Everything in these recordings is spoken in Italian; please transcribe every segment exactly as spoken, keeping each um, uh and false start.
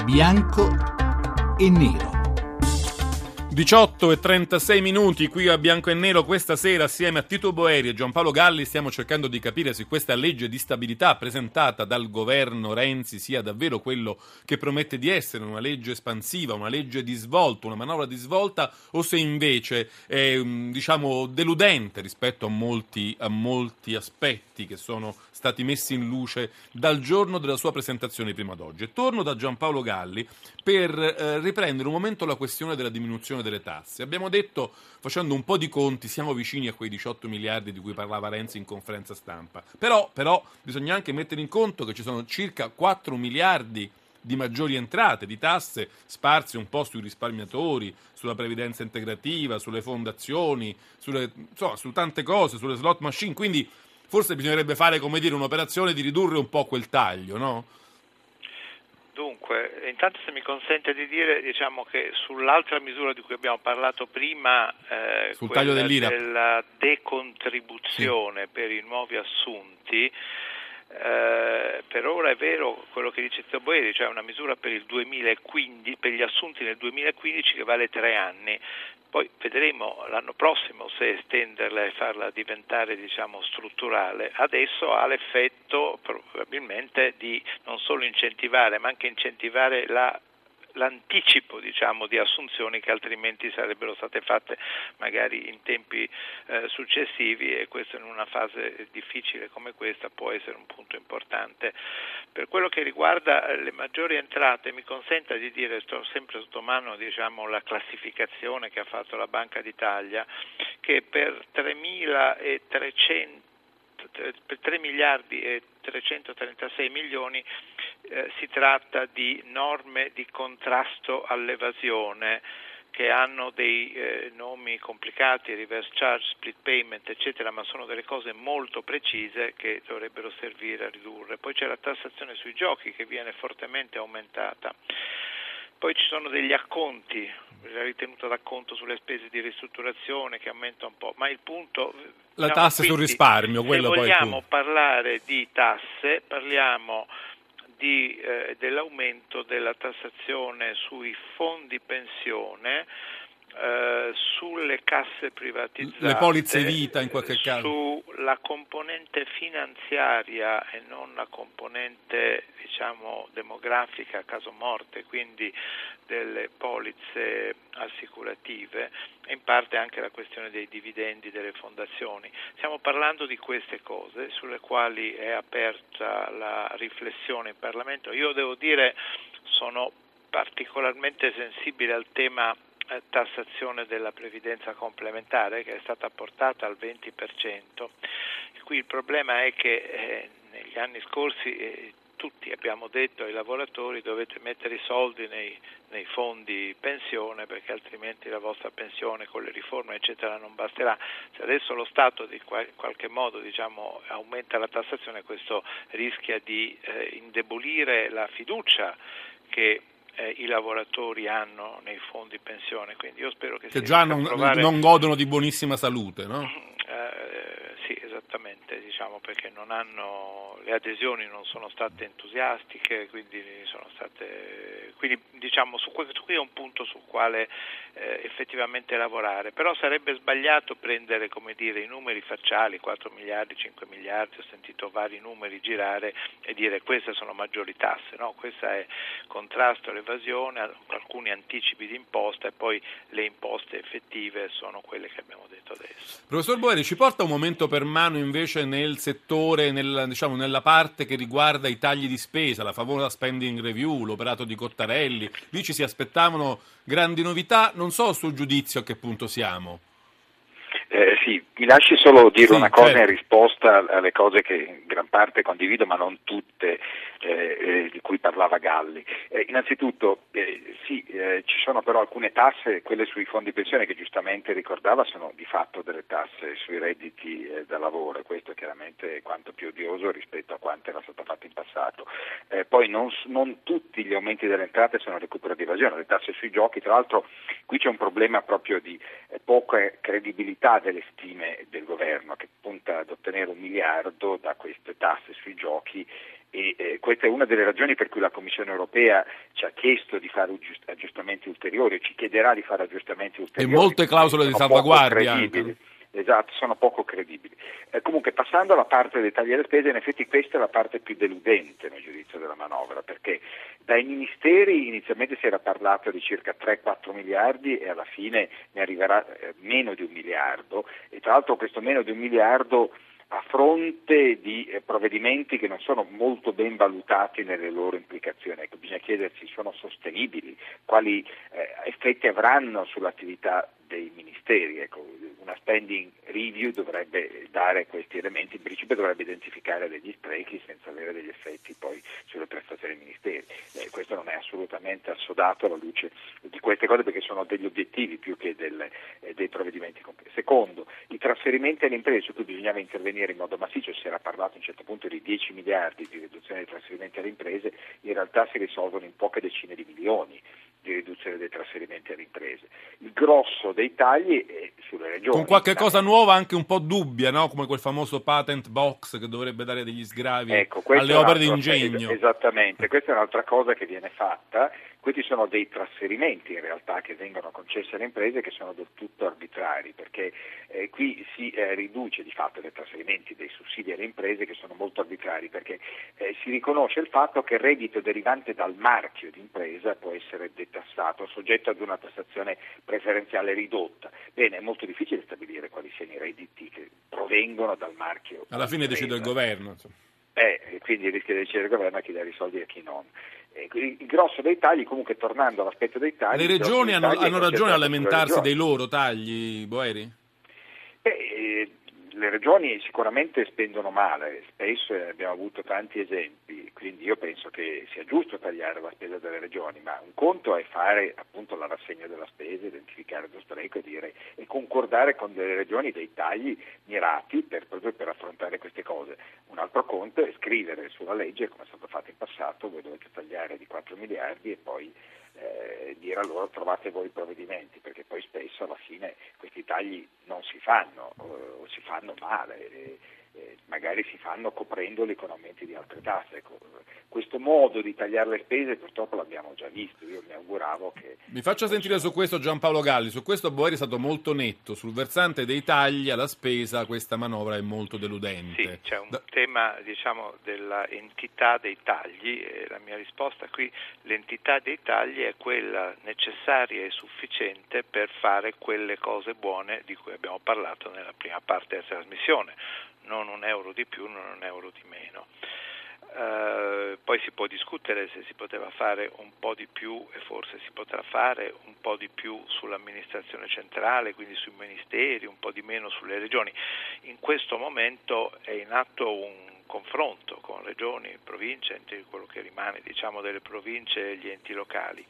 bianco e nero. diciotto e trentasei minuti qui a Bianco e Nero. Questa sera assieme a Tito Boeri e Giampaolo Galli stiamo cercando di capire se questa legge di stabilità presentata dal governo Renzi sia davvero quello che promette di essere, una legge espansiva, una legge di svolta, una manovra di svolta, o se invece è, diciamo, deludente rispetto a molti, a molti aspetti che sono stati messi in luce dal giorno della sua presentazione prima ad oggi. E torno da Giampaolo Galli per eh, riprendere un momento la questione della diminuzione delle tasse. Abbiamo detto, facendo un po' di conti, siamo vicini a quei diciotto miliardi di cui parlava Renzi in conferenza stampa. Però, però bisogna anche mettere in conto che ci sono circa quattro miliardi di maggiori entrate, di tasse sparse un po' sui risparmiatori, sulla previdenza integrativa, sulle fondazioni, sulle, insomma, su tante cose, sulle slot machine. Quindi forse bisognerebbe fare, come dire, un'operazione di ridurre un po' quel taglio, no? Dunque, intanto se mi consente di dire, diciamo che sull'altra misura di cui abbiamo parlato prima, eh, sul taglio dell'I R A P, della decontribuzione sì, per i nuovi assunti, eh, per ora è vero quello che dice Tito Boeri, cioè una misura per il duemilaquindici, per gli assunti nel duemilaquindici che vale tre anni. Poi vedremo l'anno prossimo se estenderla e farla diventare, diciamo, strutturale. Adesso ha l'effetto probabilmente di non solo incentivare, ma anche incentivare la l'anticipo, diciamo, di assunzioni che altrimenti sarebbero state fatte magari in tempi eh, successivi, e questo in una fase difficile come questa può essere un punto importante. Per quello che riguarda le maggiori entrate, mi consenta di dire, sto sempre sotto mano, diciamo, la classificazione che ha fatto la Banca d'Italia, che per tremilatrecento per tre miliardi e trecentotrentasei milioni eh, si tratta di norme di contrasto all'evasione che hanno dei eh, nomi complicati, reverse charge, split payment, eccetera, ma sono delle cose molto precise che dovrebbero servire a ridurre. Poi c'è la tassazione sui giochi che viene fortemente aumentata. Poi ci sono degli acconti, la ritenuta d'acconto sulle spese di ristrutturazione che aumenta un po', ma il punto... La diciamo, tassa quindi, sul risparmio, quello se poi... vogliamo poi... parlare di tasse, parliamo di, eh, dell'aumento della tassazione sui fondi pensione, eh, sulle casse privatizzate, le polizze vita in qualche caso, sulla componente finanziaria e non la componente, diciamo, demografica, caso morte, quindi delle polizze assicurative, e in parte anche la questione dei dividendi delle fondazioni. Stiamo parlando di queste cose sulle quali è aperta la riflessione in Parlamento. Io devo dire, sono particolarmente sensibile al tema tassazione della previdenza complementare, che è stata portata al venti per cento. Qui il problema è che eh, negli anni scorsi eh, tutti abbiamo detto ai lavoratori: dovete mettere i soldi nei, nei fondi pensione, perché altrimenti la vostra pensione con le riforme eccetera non basterà. Se adesso lo Stato di qual- in qualche modo, diciamo, aumenta la tassazione, questo rischia di eh, indebolire la fiducia che Eh, i lavoratori hanno nei fondi pensione, quindi io spero che, che si già non, trovare... non godono di buonissima salute, no? Eh, sì, esattamente, diciamo, perché non hanno, le adesioni non sono state entusiastiche, quindi sono state, quindi diciamo su questo qui è un punto sul quale eh, effettivamente lavorare, però sarebbe sbagliato prendere, come dire, i numeri facciali, quattro miliardi, cinque miliardi, ho sentito vari numeri girare, e dire queste sono maggiori tasse, no? Questa è contrasto all'evasione, alcuni anticipi di imposta, e poi le imposte effettive sono quelle che abbiamo detto adesso. Professor Boeri, ci porta un momento per mano invece nel settore, nel, diciamo, nella parte che riguarda i tagli di spesa, la famosa spending review, l'operato di Cottarelli. Lì ci si aspettavano grandi novità, non so sul giudizio a che punto siamo. Eh, sì, mi lasci solo dire sì, una cosa, certo, in risposta alle cose che in gran parte condivido, ma non tutte, eh, eh, di cui parlava Galli. Eh, innanzitutto, eh, sì, eh, ci sono però alcune tasse, quelle sui fondi pensione che giustamente ricordava, sono di fatto delle tasse sui redditi eh, da lavoro, e questo è chiaramente quanto più odioso rispetto a quanto era stato fatto in passato. Eh, poi non, non tutti gli aumenti delle entrate sono recupero di evasione, le tasse sui giochi, tra l'altro qui c'è un problema proprio di eh, poca credibilità delle stime del governo, che punta ad ottenere un miliardo da queste tasse sui giochi e eh, questa è una delle ragioni per cui la Commissione europea ci ha chiesto di fare aggiustamenti ulteriori, ci chiederà di fare aggiustamenti ulteriori. E molte clausole di salvaguardia anche. Esatto, sono poco credibili. Eh, comunque, passando alla parte dei tagli alle spese, in effetti questa è la parte più deludente nel giudizio della manovra, perché dai ministeri inizialmente si era parlato di circa tre quattro miliardi e alla fine ne arriverà eh, meno di un miliardo, e tra l'altro questo meno di un miliardo a fronte di eh, provvedimenti che non sono molto ben valutati nelle loro implicazioni. Ecco, bisogna chiedersi, sono sostenibili? Quali eh, effetti avranno sull'attività dei ministeri? Ecco, una spending review dovrebbe dare questi elementi, in principio dovrebbe identificare degli sprechi senza avere degli effetti poi sulle prestazioni dei ministeri. Eh, questo non è assolutamente assodato alla luce di queste cose, perché sono degli obiettivi più che del, eh, dei provvedimenti concreti. Secondo, i trasferimenti alle imprese, su cui bisognava intervenire in modo massiccio, si era parlato a un certo punto di dieci miliardi di riduzione dei trasferimenti alle imprese, in realtà si risolvono in poche decine di milioni di riduzione dei trasferimenti alle imprese. Il grosso dei tagli è sulle regioni. Con qualche cosa nuova anche un po' dubbia, no? Come quel famoso patent box che dovrebbe dare degli sgravi ecco, alle opere di ingegno. Esattamente, questa è un'altra cosa che viene fatta. Questi sono dei trasferimenti in realtà che vengono concessi alle imprese, che sono del tutto arbitrari, perché eh, qui si eh, riduce di fatto dei trasferimenti, dei sussidi alle imprese, che sono molto arbitrari, perché eh, si riconosce il fatto che il reddito derivante dal marchio di impresa può essere detassato, soggetto ad una tassazione preferenziale ridotta. Bene, è molto difficile stabilire quali siano i redditi che provengono dal marchio. Alla fine decide il governo, insomma. Eh, quindi rischia di decidere il governo a chi dà i soldi e a chi non. Eh, il grosso dei tagli, comunque, tornando all'aspetto dei tagli... Le regioni hanno, hanno ragione a lamentarsi dei loro tagli, Boeri? Beh, eh, le regioni sicuramente spendono male, spesso abbiamo avuto tanti esempi, quindi io penso che sia giusto tagliare la spesa delle regioni, ma un conto è fare appunto la rassegna della spesa, identificare lo spreco e dire e concordare con delle regioni dei tagli mirati per, proprio per affrontare queste cose. Un altro conto è scrivere sulla legge, come è stato fatto in passato, voi dovete tagliare di quattro miliardi e poi eh, dire a loro trovate voi i provvedimenti, perché poi spesso alla fine questi tagli non si fanno o, o si fanno male, e, e magari si fanno coprendoli con aumenti di altre tasse. Ecco, questo modo di tagliare le spese purtroppo l'abbiamo già visto, io mi auguravo che... Mi faccia sentire su questo Giampaolo Galli, su questo Boeri è stato molto netto, sul versante dei tagli alla spesa questa manovra è molto deludente. Sì, c'è un da... tema diciamo della entità dei tagli e la mia risposta qui, l'entità dei tagli è quella necessaria e sufficiente per fare quelle cose buone di cui abbiamo parlato nella prima parte della trasmissione, non un euro di più, non un euro di meno. Uh, poi si può discutere se si poteva fare un po' di più e forse si potrà fare un po' di più sull'amministrazione centrale, quindi sui ministeri, un po' di meno sulle regioni. In questo momento è in atto un confronto con regioni, province, quello che rimane diciamo delle province e gli enti locali.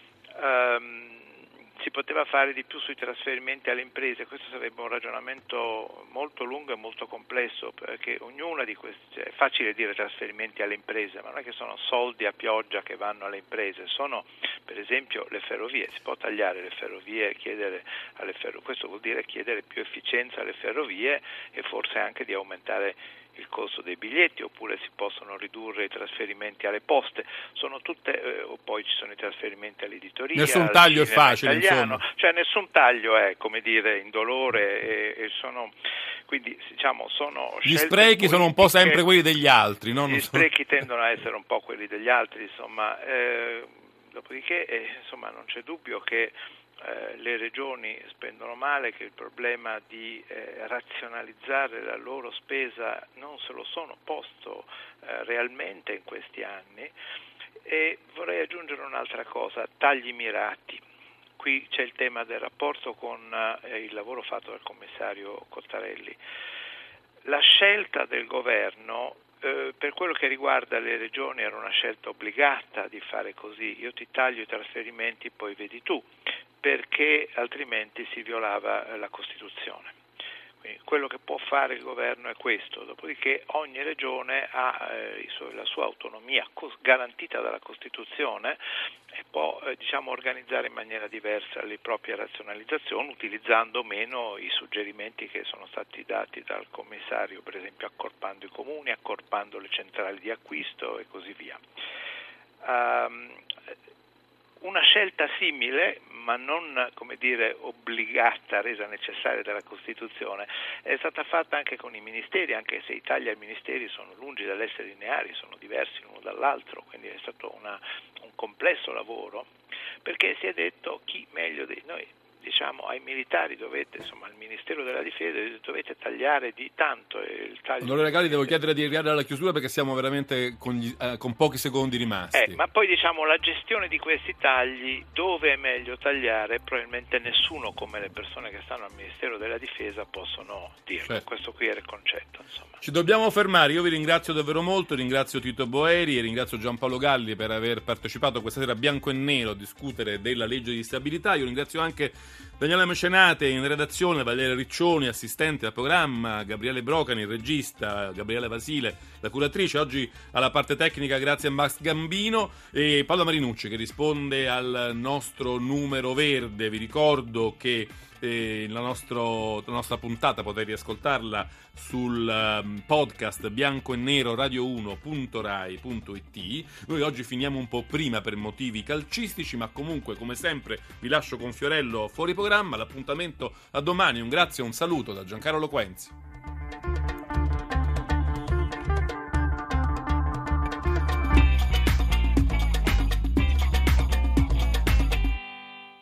Um, si poteva fare di più sui trasferimenti alle imprese, questo sarebbe un ragionamento molto lungo e molto complesso, perché ognuna di queste, è facile dire trasferimenti alle imprese, ma non è che sono soldi a pioggia che vanno alle imprese, sono per esempio le ferrovie, si può tagliare le ferrovie e chiedere alle ferrovie, questo vuol dire chiedere più efficienza alle ferrovie e forse anche di aumentare il costo dei biglietti, oppure si possono ridurre i trasferimenti alle poste, sono tutte, eh, o poi ci sono i trasferimenti all'editoria. Nessun taglio è facile, italiano, insomma. Cioè nessun taglio è, come dire, indolore e, e sono, quindi diciamo sono Gli sprechi sono un po' sempre quelli degli altri, no? Gli Non sprechi so. tendono a essere un po' quelli degli altri, insomma, eh, dopodiché eh, insomma non c'è dubbio che Eh, le regioni spendono male, che il problema di eh, razionalizzare la loro spesa non se lo sono posto eh, realmente in questi anni. E vorrei aggiungere un'altra cosa, tagli mirati. Qui c'è il tema del rapporto con eh, il lavoro fatto dal commissario Cottarelli. La scelta del governo Eh, per quello che riguarda le regioni era una scelta obbligata di fare così, io ti taglio i trasferimenti poi vedi tu, perché altrimenti si violava eh, la Costituzione. Quindi quello che può fare il governo è questo, dopodiché ogni regione ha eh, i suoi, la sua autonomia cos- garantita dalla Costituzione e può eh, diciamo, organizzare in maniera diversa le proprie razionalizzazioni, utilizzando meno i suggerimenti che sono stati dati dal commissario, per esempio accorpando i comuni, accorpando le centrali di acquisto e così via. Um, una scelta simile, ma non come dire obbligata, resa necessaria dalla Costituzione, è stata fatta anche con i ministeri, anche se Italia e i ministeri sono lungi dall'essere lineari, sono diversi l'uno dall'altro, quindi è stato una, un complesso lavoro, perché si è detto chi meglio di noi, diciamo ai militari dovete, insomma al Ministero della Difesa dovete tagliare di tanto. E il taglio Onorevole Galli, devo chiedere di arrivare alla chiusura perché siamo veramente con, gli, eh, con pochi secondi rimasti. Eh, ma poi diciamo la gestione di questi tagli, dove è meglio tagliare, probabilmente nessuno come le persone che stanno al Ministero della Difesa possono dirlo. Certo. Questo qui era il concetto, insomma. Ci dobbiamo fermare, io vi ringrazio davvero molto, ringrazio Tito Boeri e ringrazio Giampaolo Galli per aver partecipato questa sera a Bianco e Nero a discutere della legge di stabilità. Io ringrazio anche Daniele Mecenate in redazione, Valeria Riccioni, assistente al programma, Gabriele Brocani, il regista, Gabriele Vasile, la curatrice, oggi alla parte tecnica grazie a Max Gambino e Paolo Marinucci che risponde al nostro numero verde. Vi ricordo che eh, la, nostro, la nostra puntata potete riascoltarla sul um, podcast bianco e nero radio uno punto rai punto it. Noi oggi finiamo un po' prima per motivi calcistici, ma comunque come sempre vi lascio con Fiorello fuori programma. L'appuntamento a domani, un grazie e un saluto da Giancarlo Loquenzi.